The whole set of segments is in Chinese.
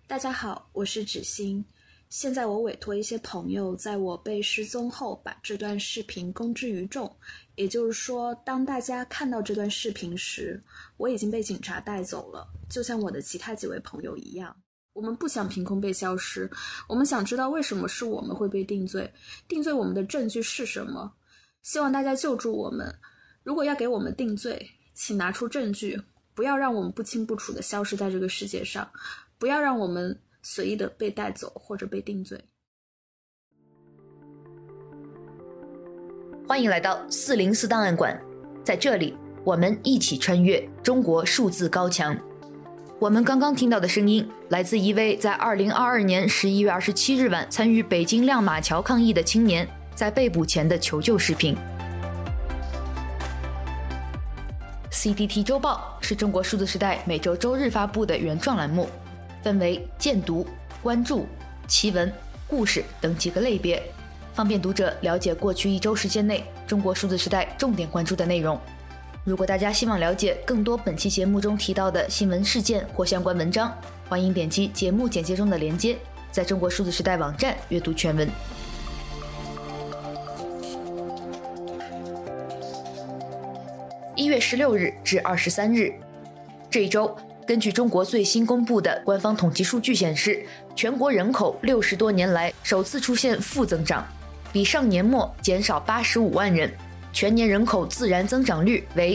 大家好，我是芷欣。现在我委托一些朋友在我被失踪后把这段视频公之于众，也就是说，当大家看到这段视频时，我已经被警察带走了，就像我的其他几位朋友一样。我们不想凭空被消失，我们想知道为什么是我们会被定罪，定罪我们的证据是什么。希望大家救助我们，如果要给我们定罪，请拿出证据，不要让我们不清不楚地消失在这个世界上，不要让我们随意的被带走或者被定罪。 欢迎来到404档案馆，在这里我们一起穿越中国数字高墙。我们刚刚听到的声音来自一位在2022年11月27日晚参与北京亮马桥抗议的青年在被捕前的求救视频。CDT 周报是中国数字时代每周周日发布的原创栏目，分为荐读、关注、奇闻、故事等几个类别，方便读者了解过去一周时间内中国数字时代重点关注的内容。如果大家希望了解更多本期节目中提到的新闻事件或相关文章，欢迎点击节目简介中的连接，在中国数字时代网站阅读全文。1月16日至23日，这一周根据中国最新公布的官方统计数据显示，全国人口60多年来首次出现负增长，比上年末减少85万人，全年人口自然增长率为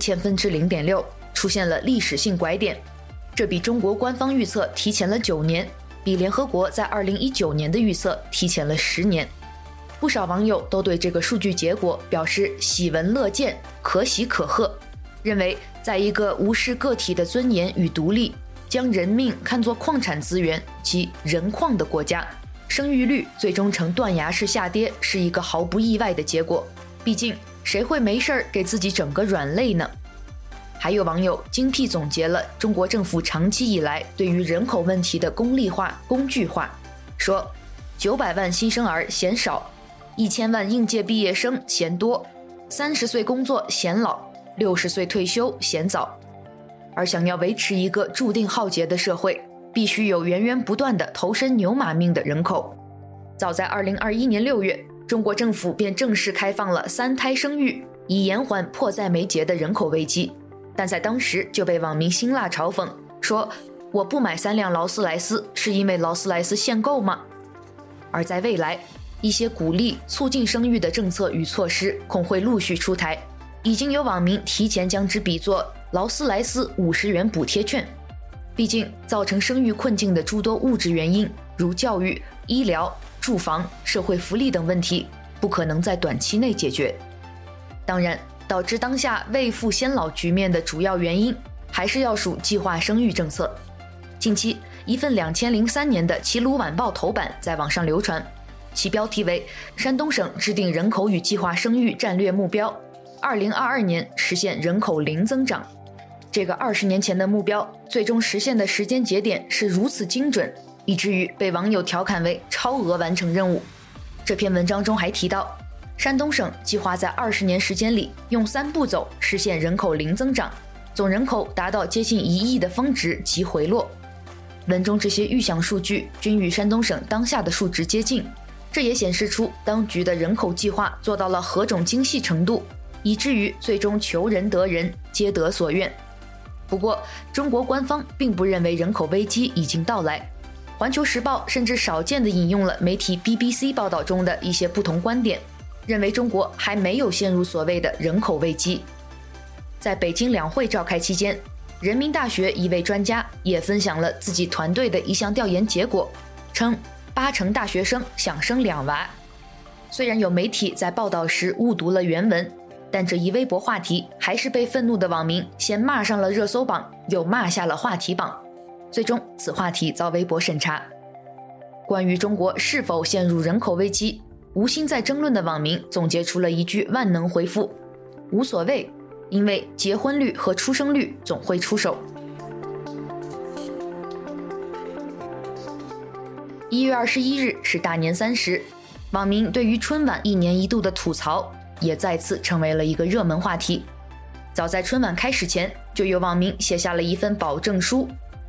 -0.6%，出现了历史性拐点。这比中国官方预测提前了9年，比联合国在2019年的预测提前了10年。不少网友都对这个数据结果表示喜闻乐见，可喜可贺，认为在一个无视个体的尊严与独立，将人命看作矿产资源及人矿的国家，生育率最终呈断崖式下跌是一个毫不意外的结果。毕竟谁会没事给自己整个软肋呢？还有网友精辟总结了中国政府长期以来对于人口问题的功利化、工具化，说900万新生儿嫌少，1000万应届毕业生嫌多，30岁工作嫌老，60岁退休嫌早。而想要维持一个注定浩劫的社会，必须有源源不断的投身牛马命的人口。早在2021年6月，中国政府便正式开放了3胎生育，以延缓迫在眉睫的人口危机。但在当时就被网民辛辣嘲讽，说我不买3辆劳斯莱斯是因为劳斯莱斯限购吗？而在未来，一些鼓励促进生育的政策与措施恐会陆续出台，已经有网民提前将之比作劳斯莱斯50元补贴券。毕竟造成生育困境的诸多物质原因，如教育、医疗、住房、社会福利等问题，不可能在短期内解决。当然，导致当下未富先老局面的主要原因，还是要数计划生育政策。近期，一份2003年的《齐鲁晚报》头版在网上流传，其标题为山东省制定人口与计划生育战略目标，2022年实现人口零增长。这个20年前的目标最终实现的时间节点是如此精准，以至于被网友调侃为超额完成任务。这篇文章中还提到，山东省计划在20年时间里用3步走实现人口零增长，总人口达到接近1亿的峰值及回落。文中这些预想数据均与山东省当下的数值接近，这也显示出当局的人口计划做到了何种精细程度，以至于最终求人得人，皆得所愿。不过，中国官方并不认为人口危机已经到来，环球时报甚至少见地引用了媒体 BBC 报道中的一些不同观点，认为中国还没有陷入所谓的人口危机。在北京两会召开期间，人民大学一位专家也分享了自己团队的一项调研结果，称80%大学生想生2娃。虽然有媒体在报道时误读了原文，但这一微博话题还是被愤怒的网民先骂上了热搜榜，又骂下了话题榜，最终此话题遭微博审查。关于中国是否陷入人口危机，无心在争论的网民总结出了一句万能回复：无所谓，因为结婚率和出生率总会出手。1月21日是大年30，网民对于春晚1年1度的吐槽也再次成为了一个热门话题。早在春晚开始前，就有网民写下了一份保证书，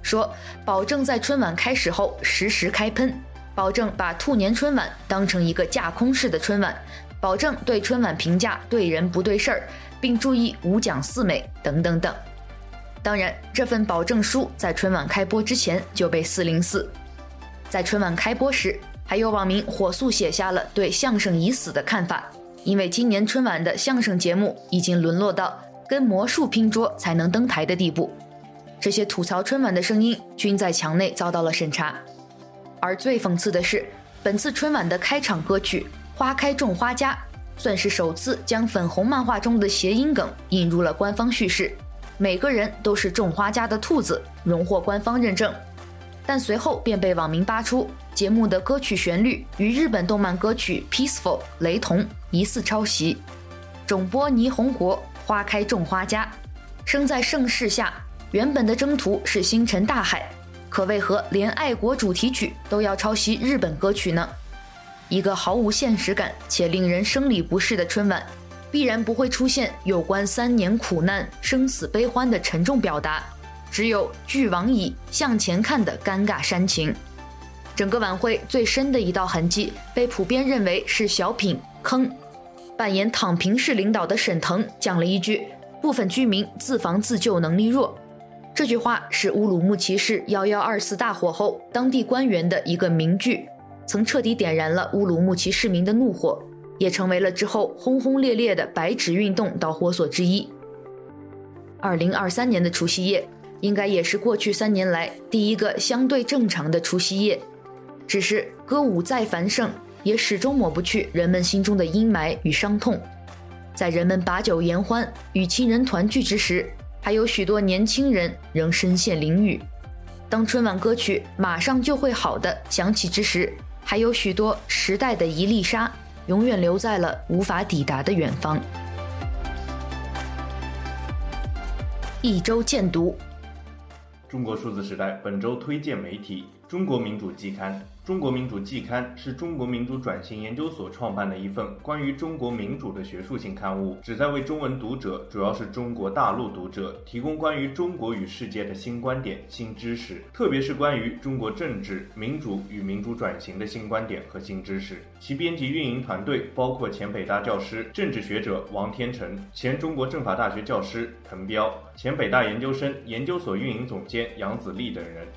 说保证在春晚开始后实时开喷，保证把兔年春晚当成一个架空式的春晚，保证对春晚评价对人不对事儿，并注意5讲4美等等等。当然，这份保证书在春晚开播之前就被404。在春晚开播时，还有网民火速写下了对相声已死的看法，因为今年春晚的相声节目已经沦落到跟魔术拼桌才能登台的地步。这些吐槽春晚的声音均在墙内遭到了审查。而最讽刺的是，本次春晚的开场歌曲《花开种花家》算是首次将粉红漫画中的谐音梗引入了官方叙事，每个人都是种花家的兔子，荣获官方认证。但随后便被网民扒出节目的歌曲旋律与日本动漫歌曲 Peaceful 雷同，疑似抄袭。种播霓虹国，花开种花家，生在盛世下，原本的征途是星辰大海，可为何连爱国主题曲都要抄袭日本歌曲呢？一个毫无现实感且令人生理不适的春晚，必然不会出现有关3年苦难、生死悲欢的沉重表达，只有俱往矣，向前看的尴尬煽情。整个晚会最深的一道痕迹被普遍认为是小品坑。扮演躺平式领导的沈腾讲了一句部分居民自防自救能力弱，这句话是乌鲁木齐市1124大火后当地官员的一个名句，曾彻底点燃了乌鲁木齐市民的怒火，也成为了之后轰轰烈烈的白纸运动导火索之一。2023年的除夕夜应该也是过去3年来第一个相对正常的除夕夜，只是歌舞再繁盛，也始终抹不去人们心中的阴霾与伤痛。在人们把酒言欢，与亲人团聚之时，还有许多年轻人仍身陷囹圄。当春晚歌曲马上就会好的响起之时，还有许多时代的一粒沙永远留在了无法抵达的远方。一周见读。 中国数字时代本周推荐媒体中国民主季刊。中国民主季刊是中国民主转型研究所创办的一份关于中国民主的学术性刊物，旨在为中文读者，主要是中国大陆读者，提供关于中国与世界的新观点、新知识，特别是关于中国政治、民主与民主转型的新观点和新知识。其编辑运营团队包括前北大教师、政治学者王天成，前中国政法大学教师滕彪，前北大研究生、研究所运营总监杨子立等人。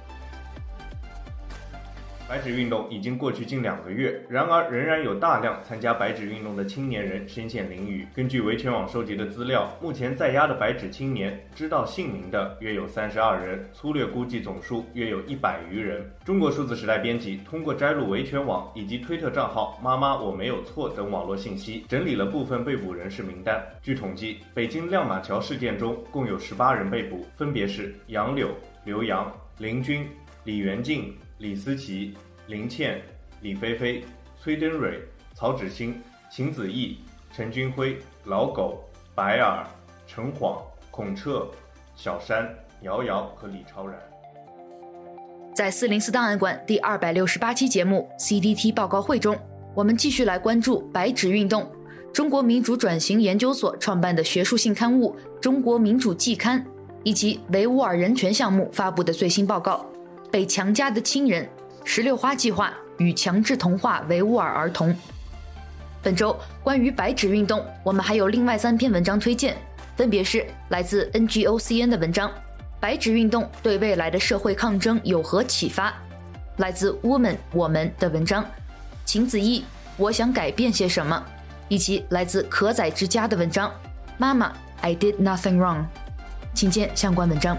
白纸运动已经过去近2个月，然而仍然有大量参加白纸运动的青年人身陷囹圄。根据维权网收集的资料，目前在押的白纸青年知道姓名的约有32人，粗略估计总数约有100余人。中国数字时代编辑通过摘录维权网以及推特账号妈妈我没有错等网络信息，整理了部分被捕人士名单。据统计，北京亮马桥事件中共有18人被捕，分别是杨柳、刘洋、林军、李元静、李思琪、林倩、李飞飞、崔登蕊、曹芷欣、秦子毅、陈军辉、老狗、白尔、陈晃、孔彻、小山、姚瑶和李超然。 在404档案馆第268期节目 CDT 报告会中，我们继续来关注白纸运动，中国民主转型研究所创办的学术性刊物《中国民主季刊》，以及维吾尔人权项目发布的最新报告《被强加的亲人16花计划与强制同化维吾尔儿童》。本周关于白纸运动，我们还有另外3篇文章推荐，分别是来自 NGOCN 的文章《白纸运动对未来的社会抗争有何启发》，来自 Woman 我们的文章《秦子毅我想改变些什么》，以及来自可宰之家的文章《妈妈 I did nothing wrong》。请见相关文章。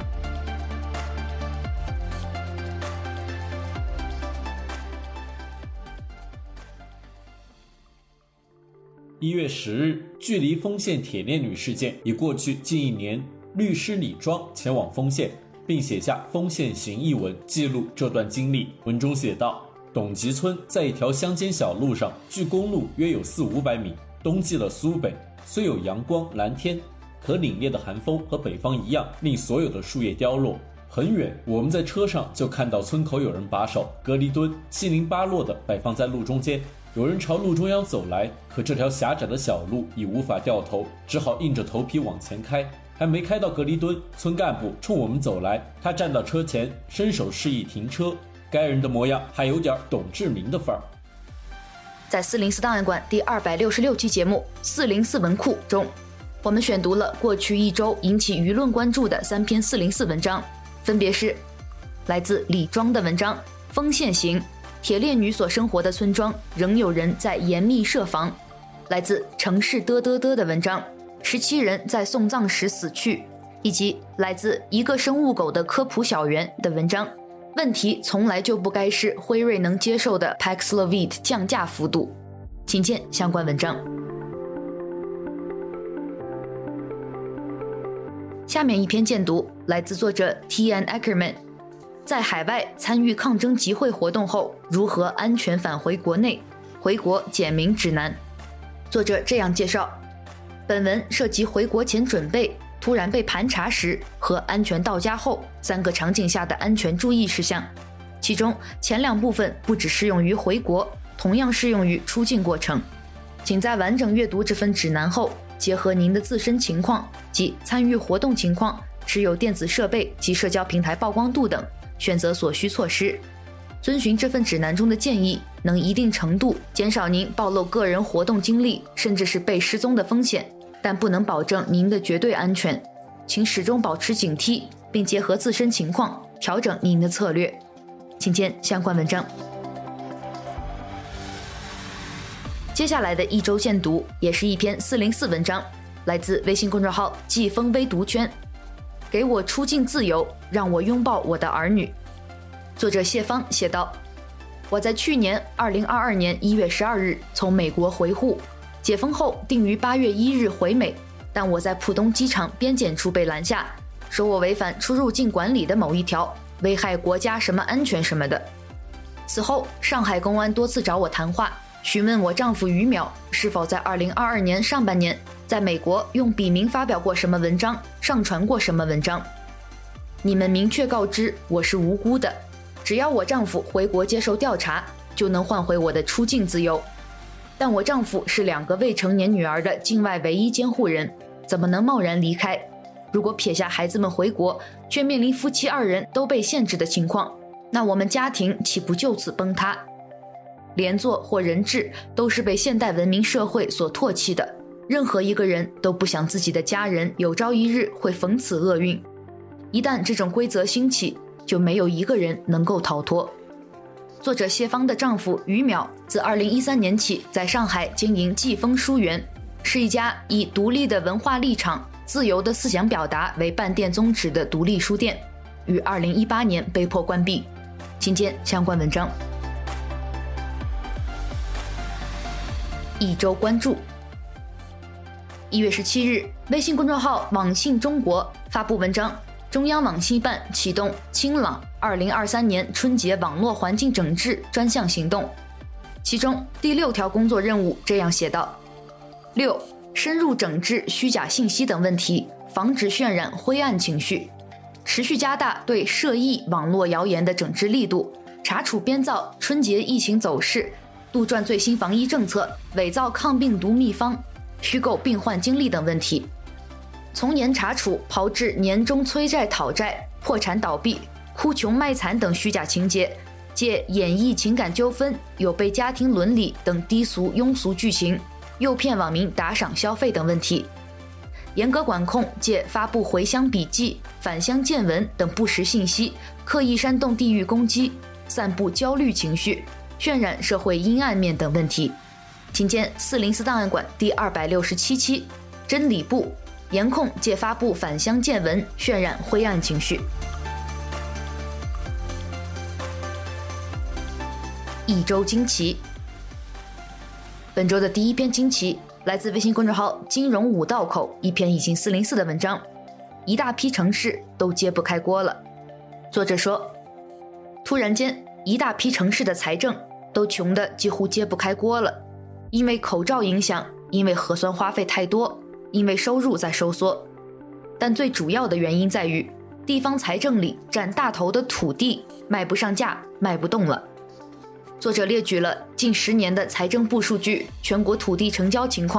1月10日，距离丰县铁链女事件已过去近1年，律师李庄前往丰县，并写下《丰县行》一文，记录这段经历。文中写道：董集村在一条乡间小路上，距公路约有400-500米，冬季了苏北，虽有阳光蓝天，可凛冽的寒风和北方一样，令所有的树叶凋落。很远，我们在车上就看到村口有人把守，隔离墩七零八落地摆放在路中间，有人朝路中央走来，可这条狭窄的小路已无法掉头，只好硬着头皮往前开。 还没开到格里敦，村干部冲我们走来，他站到车前，伸手示意停车。该人的模样还有点董志明的范儿。 在404档案馆第266期节目404文库中，我们选读了过去一周引起舆论关注的3篇404文章，分别是来自李庄的文章《丰县行》，铁链女所生活的村庄仍有人在严密设防；来自城市的文章《17人在送葬时死去》，以及来自一个生物狗的科普小园的文章。问题从来就不该是辉瑞能接受的 Paxlovid 降价幅度，请见相关文章。下面一篇荐读来自作者 T.N. Ackerman， 在海外参与抗争集会活动后如何安全返回国内，回国简明指南。作者这样介绍，本文涉及回国前准备、突然被盘查时和安全到家后3个场景下的安全注意事项，其中前2部分不只适用于回国，同样适用于出境过程。请在完整阅读这份指南后，结合您的自身情况及参与活动情况、持有电子设备及社交平台曝光度等，选择所需措施。遵循这份指南中的建议，能一定程度减少您暴露个人活动经历甚至是被失踪的风险，但不能保证您的绝对安全，请始终保持警惕，并结合自身情况调整您的策略。请见相关文章。接下来的一周荐读也是一篇404文章，来自微信公众号季风微读圈，给我出境自由，让我拥抱我的儿女。作者谢芳写道，我在去年2022年1月12日从美国回沪，解封后定于8月1日回美，但我在浦东机场边检处被拦下，说我违反出入境管理的某一条，危害国家什么安全什么的。此后上海公安多次找我谈话，询问我丈夫于淼是否在2022年上半年在美国用笔名发表过什么文章，上传过什么文章。你们明确告知我是无辜的，只要我丈夫回国接受调查，就能换回我的出境自由。但我丈夫是2个未成年女儿的境外唯一监护人，怎么能贸然离开？如果撇下孩子们回国，却面临夫妻2人都被限制的情况，那我们家庭岂不就此崩塌？连坐或人质都是被现代文明社会所唾弃的，任何一个人都不想自己的家人有朝一日会逢此厄运。一旦这种规则兴起，就没有一个人能够逃脱。作者谢芳的丈夫于淼自2013年起在上海经营季风书园，是一家以独立的文化立场、自由的思想表达为办店宗旨的独立书店，于2018年被迫关闭。请见相关文章。一周关注。1月17日，微信公众号网信中国发布文章，中央网信办启动清朗2023年春节网络环境整治专项行动，其中第6条工作任务这样写道：6. 深入整治虚假信息等问题，防止渲染灰暗情绪，持续加大对涉疫网络谣言的整治力度，查处编造春节疫情走势、杜撰最新防疫政策、伪造抗病毒秘方、虚构病患经历等问题，从严查处炮制年终催债讨债、破产倒闭、哭穷卖惨等虚假情节，借演绎情感纠纷、有悖家庭伦理等低俗庸俗剧情，诱骗网民打赏消费等问题，严格管控借发布回乡笔记、返乡见闻等不实信息，刻意煽动地域攻击，散布焦虑情绪，渲染社会阴暗面等问题。请见404档案馆第267期，真理部严控借发布返乡见闻渲染灰暗情绪。一周惊奇。本周的第一篇惊奇来自微信公众号金融五道口一篇已经404的文章，一大批城市都揭不开锅了。作者说，突然间一大批城市的财政都穷得几乎揭不开锅了，因为口罩影响，因为核酸花费太多，因为收入在收缩。但最主要的原因在于地方财政里占大头的土地卖不上价，卖不动了。作者列举了近10年的财政部数据，全国土地成交情况，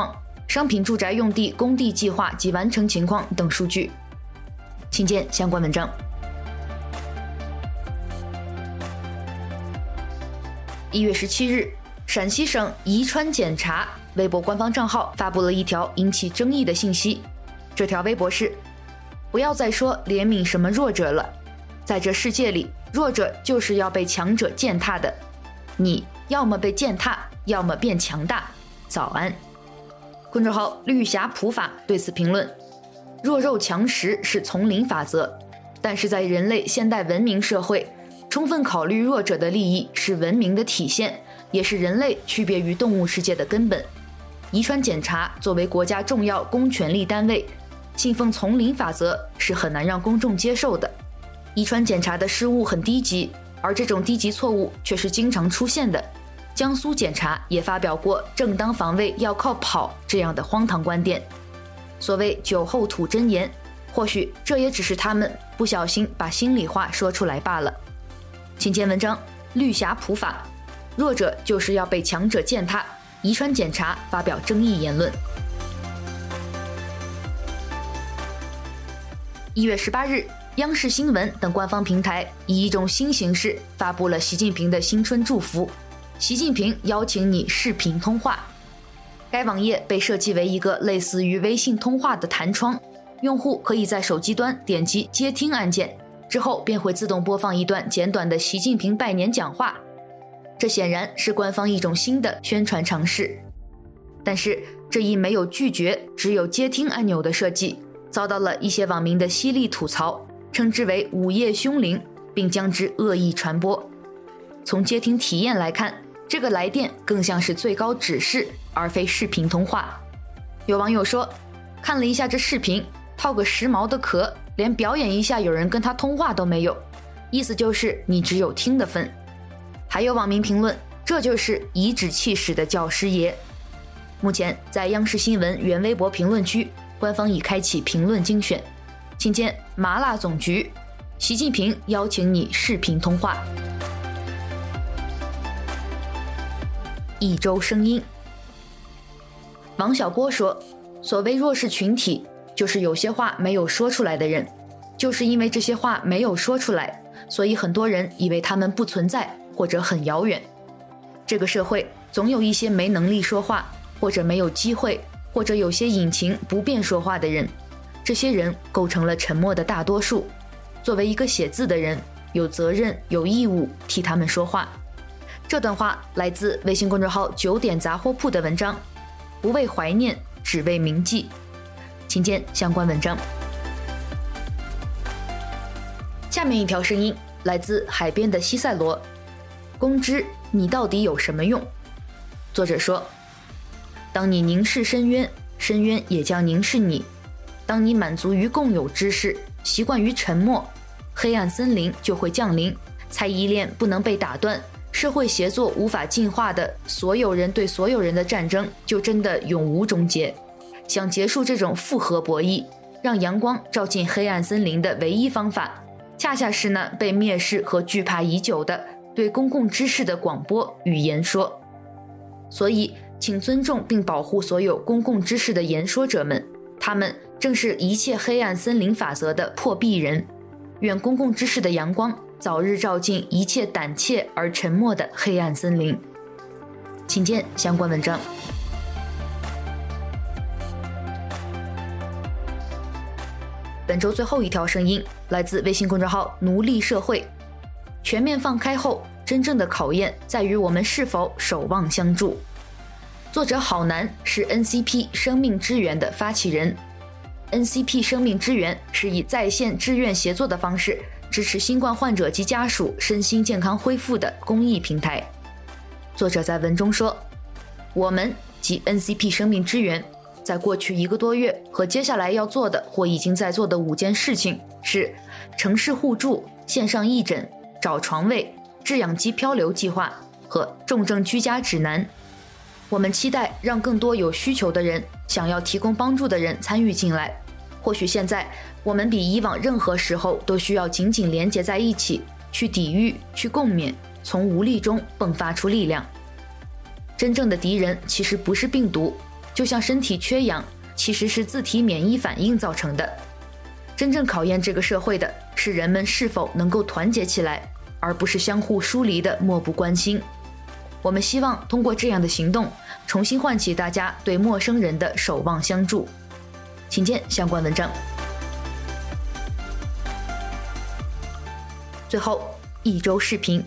商品住宅用地供地计划及完成情况等数据。请见相关文章。1月17日，陕西省宜川检察微博官方账号发布了一条引起争议的信息。这条微博是：不要再说怜悯什么弱者了，在这世界里，弱者就是要被强者践踏的，你要么被践踏，要么变强大。早安。公众号绿霞普法对此评论：弱肉强食是丛林法则，但是在人类现代文明社会，充分考虑弱者的利益是文明的体现，也是人类区别于动物世界的根本。宜川检察作为国家重要公权力单位，信奉丛林法则是很难让公众接受的。宜川检察的失误很低级，而这种低级错误却是经常出现的。江苏检察也发表过正当防卫要靠跑这样的荒唐观点。所谓酒后吐真言，或许这也只是他们不小心把心里话说出来罢了。请见文章：绿霞普法，弱者就是要被强者践踏。宜川检察发表争议言论。1月18日，央视新闻等官方平台以一种新形式发布了习近平的新春祝福。习近平邀请你视频通话。该网页被设计为一个类似于微信通话的弹窗，用户可以在手机端点击接听按键，之后便会自动播放一段简短的习近平拜年讲话。这显然是官方一种新的宣传尝试。但是这一没有拒绝，只有接听按钮的设计，遭到了一些网民的犀利吐槽，称之为午夜凶铃，并将之恶意传播。从接听体验来看，这个来电更像是最高指示，而非视频通话。有网友说，看了一下这视频，套个时髦的壳，连表演一下有人跟他通话都没有，意思就是你只有听的份。还有网民评论，这就是颐指气使的教师爷。目前在央视新闻原微博评论区，官方已开启评论精选。请见麻辣总局，习近平邀请你视频通话。一周声音。王小波说，所谓弱势群体，就是有些话没有说出来的人，就是因为这些话没有说出来，所以很多人以为他们不存在或者很遥远。这个社会总有一些没能力说话，或者没有机会，或者有些隐情不便说话的人，这些人构成了沉默的大多数。作为一个写字的人，有责任有义务替他们说话。这段话来自微信公众号9点杂货铺的文章，不为怀念，只为铭记。请见相关文章。下面一条声音来自海边的西塞罗，公知，你到底有什么用？作者说，当你凝视深渊，深渊也将凝视你；当你满足于共有之事，习惯于沉默，黑暗森林就会降临，猜疑链不能被打断，社会协作无法进化的所有人对所有人的战争就真的永无终结。想结束这种复合博弈，让阳光照进黑暗森林的唯一方法，恰恰是那被蔑视和惧怕已久的对公共知识的广播与言说。所以请尊重并保护所有公共知识的言说者们，他们正是一切黑暗森林法则的破壁人。愿公共知识的阳光早日照进一切胆怯而沉默的黑暗森林。请见相关文章。本周最后一条声音来自微信公众号奴隶社会。全面放开后，真正的考验在于我们是否守望相助。作者郝楠是 NCP 生命支援的发起人。NCP 生命支援是以在线志愿协作的方式支持新冠患者及家属身心健康恢复的公益平台。作者在文中说，我们及 NCP 生命支援在过去1个多月和接下来要做的或已经在做的5件事情是：城市互助、线上义诊、找床位、制氧机漂流计划和重症居家指南。我们期待让更多有需求的人、想要提供帮助的人参与进来。或许现在我们比以往任何时候都需要紧紧连结在一起，去抵御，去共勉，从无力中迸发出力量。真正的敌人其实不是病毒， 就像身体缺氧，其实是自体免疫反应造成的。真正考验这个社会的是人们是否能够团结起来，而不是相互疏离的漠不关心。我们希望通过这样的行动，重新唤起大家对陌生人的守望相助。请见相关文章。最后，一周视频。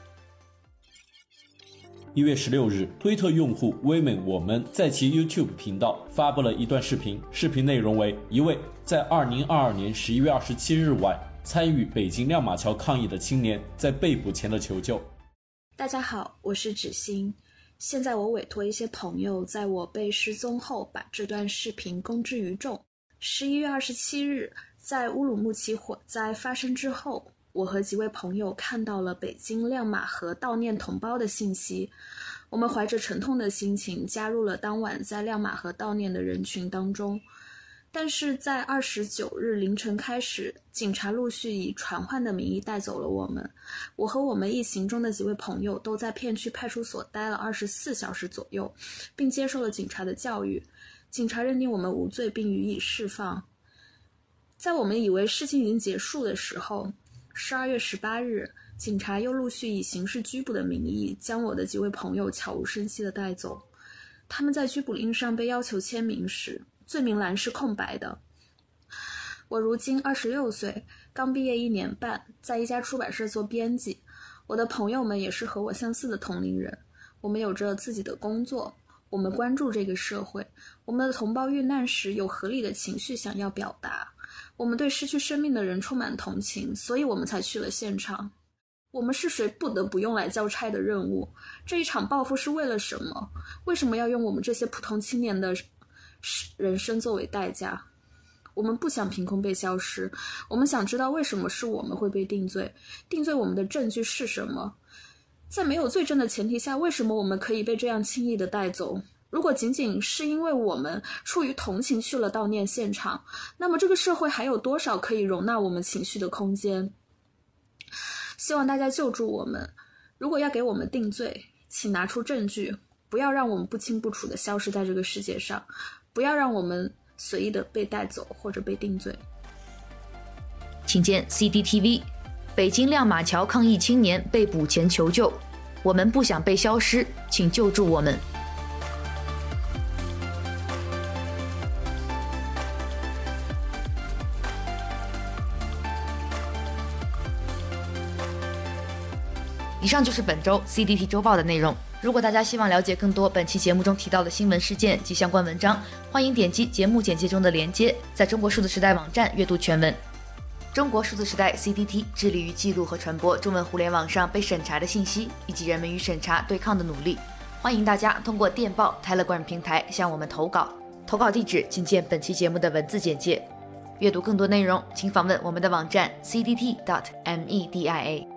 1月16日，推特用户 Women 我们在其 YouTube 频道发布了一段视频，视频内容为一位在2022年11月27日晚参与北京亮马桥抗议的青年在被捕前的求救。 大家好，我是芷欣。现在我委托一些朋友在我被失踪后把这段视频公之于众。11月27日，在乌鲁木齐火灾发生之后，我和几位朋友看到了北京亮马河悼念同胞的信息，我们怀着沉痛的心情加入了当晚在亮马河悼念的人群当中。但是在29日凌晨开始，警察陆续以传唤的名义带走了我们。我和我们一行中的几位朋友都在片区派出所待了24小时左右，并接受了警察的教育。警察认定我们无罪并予以释放。在我们以为事情已经结束的时候，12月18日，警察又陆续以刑事拘捕的名义将我的几位朋友悄无声息地带走。他们在拘捕令上被要求签名时，罪名栏是空白的。我如今26岁，刚毕业1年半，在一家出版社做编辑。我的朋友们也是和我相似的同龄人，我们有着自己的工作，我们关注这个社会，我们的同胞遇难时有合理的情绪想要表达，我们对失去生命的人充满同情，所以我们才去了现场。我们是谁不得不用来交差的任务？这一场报复是为了什么？为什么要用我们这些普通青年的人生作为代价？我们不想凭空被消失，我们想知道为什么是我们会被定罪，定罪我们的证据是什么？在没有罪证的前提下，为什么我们可以被这样轻易地带走？如果仅仅是因为我们出于同情去了悼念现场，那么这个社会还有多少可以容纳我们情绪的空间？希望大家救助我们，如果要给我们定罪，请拿出证据，不要让我们不清不楚地消失在这个世界上，不要让我们随意地被带走或者被定罪。 请见 CDTV， 北京亮马桥抗议青年被捕前求救，我们不想被消失，请救助我们。以上就是本周 CDT 周报的内容。如果大家希望了解更多本期节目中提到的新闻事件及相关文章，欢迎点击节目简介中的连接，在中国数字时代网站阅读全文。中国数字时代 CDT 致力于记录和传播中文互联网上被审查的信息，以及人们与审查对抗的努力。欢迎大家通过电报 Telegram 平台向我们投稿，投稿地址请见本期节目的文字简介。阅读更多内容，请访问我们的网站 cdt.media。